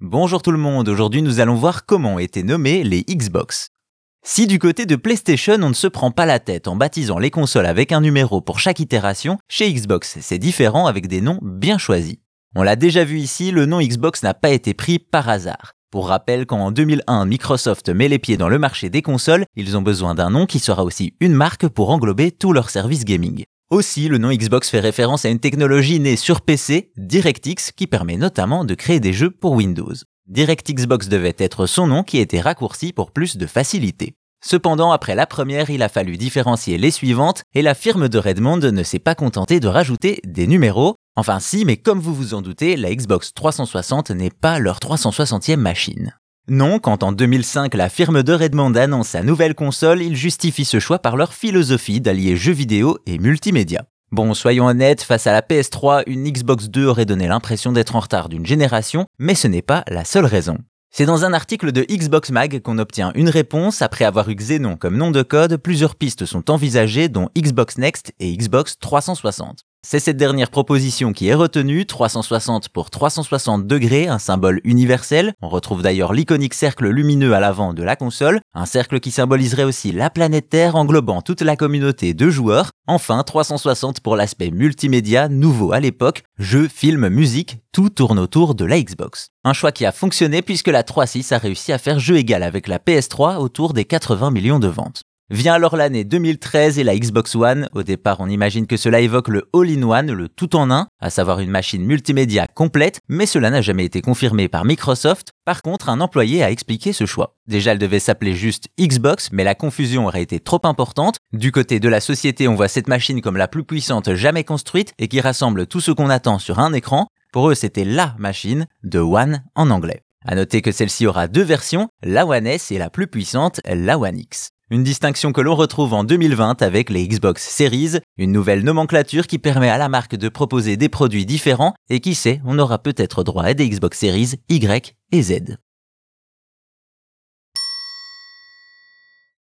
Bonjour tout le monde, aujourd'hui nous allons voir comment étaient nommées les Xbox. Si du côté de PlayStation on ne se prend pas la tête en baptisant les consoles avec un numéro pour chaque itération, chez Xbox c'est différent avec des noms bien choisis. On l'a déjà vu ici, le nom Xbox n'a pas été pris par hasard. Pour rappel, quand en 2001 Microsoft met les pieds dans le marché des consoles, ils ont besoin d'un nom qui sera aussi une marque pour englober tous leurs services gaming. Aussi, le nom Xbox fait référence à une technologie née sur PC, DirectX, qui permet notamment de créer des jeux pour Windows. DirectXbox devait être son nom qui était raccourci pour plus de facilité. Cependant, après la première, il a fallu différencier les suivantes et la firme de Redmond ne s'est pas contentée de rajouter des numéros. Enfin si, mais comme vous vous en doutez, la Xbox 360 n'est pas leur 360e machine. Non, quand en 2005 la firme de Redmond annonce sa nouvelle console, ils justifient ce choix par leur philosophie d'allier jeux vidéo et multimédia. Bon, soyons honnêtes, face à la PS3, une Xbox 2 aurait donné l'impression d'être en retard d'une génération, mais ce n'est pas la seule raison. C'est dans un article de Xbox Mag qu'on obtient une réponse. Après avoir eu Xenon comme nom de code, plusieurs pistes sont envisagées dont Xbox Next et Xbox 360. C'est cette dernière proposition qui est retenue, 360 pour 360 degrés, un symbole universel. On retrouve d'ailleurs l'iconique cercle lumineux à l'avant de la console, un cercle qui symboliserait aussi la planète Terre englobant toute la communauté de joueurs. Enfin, 360 pour l'aspect multimédia, nouveau à l'époque, jeux, films, musique, tout tourne autour de la Xbox. Un choix qui a fonctionné puisque la 3.6 a réussi à faire jeu égal avec la PS3 autour des 80 millions de ventes. Vient alors l'année 2013 et la Xbox One. Au départ, on imagine que cela évoque le all-in-one, le tout-en-un, à savoir une machine multimédia complète, mais cela n'a jamais été confirmé par Microsoft. Par contre, un employé a expliqué ce choix. Déjà, elle devait s'appeler juste Xbox, mais la confusion aurait été trop importante. Du côté de la société, on voit cette machine comme la plus puissante jamais construite et qui rassemble tout ce qu'on attend sur un écran. Pour eux, c'était LA machine, de One en anglais. À noter que celle-ci aura deux versions, la One S et la plus puissante, la One X. Une distinction que l'on retrouve en 2020 avec les Xbox Series, une nouvelle nomenclature qui permet à la marque de proposer des produits différents et qui sait, on aura peut-être droit à des Xbox Series Y et Z.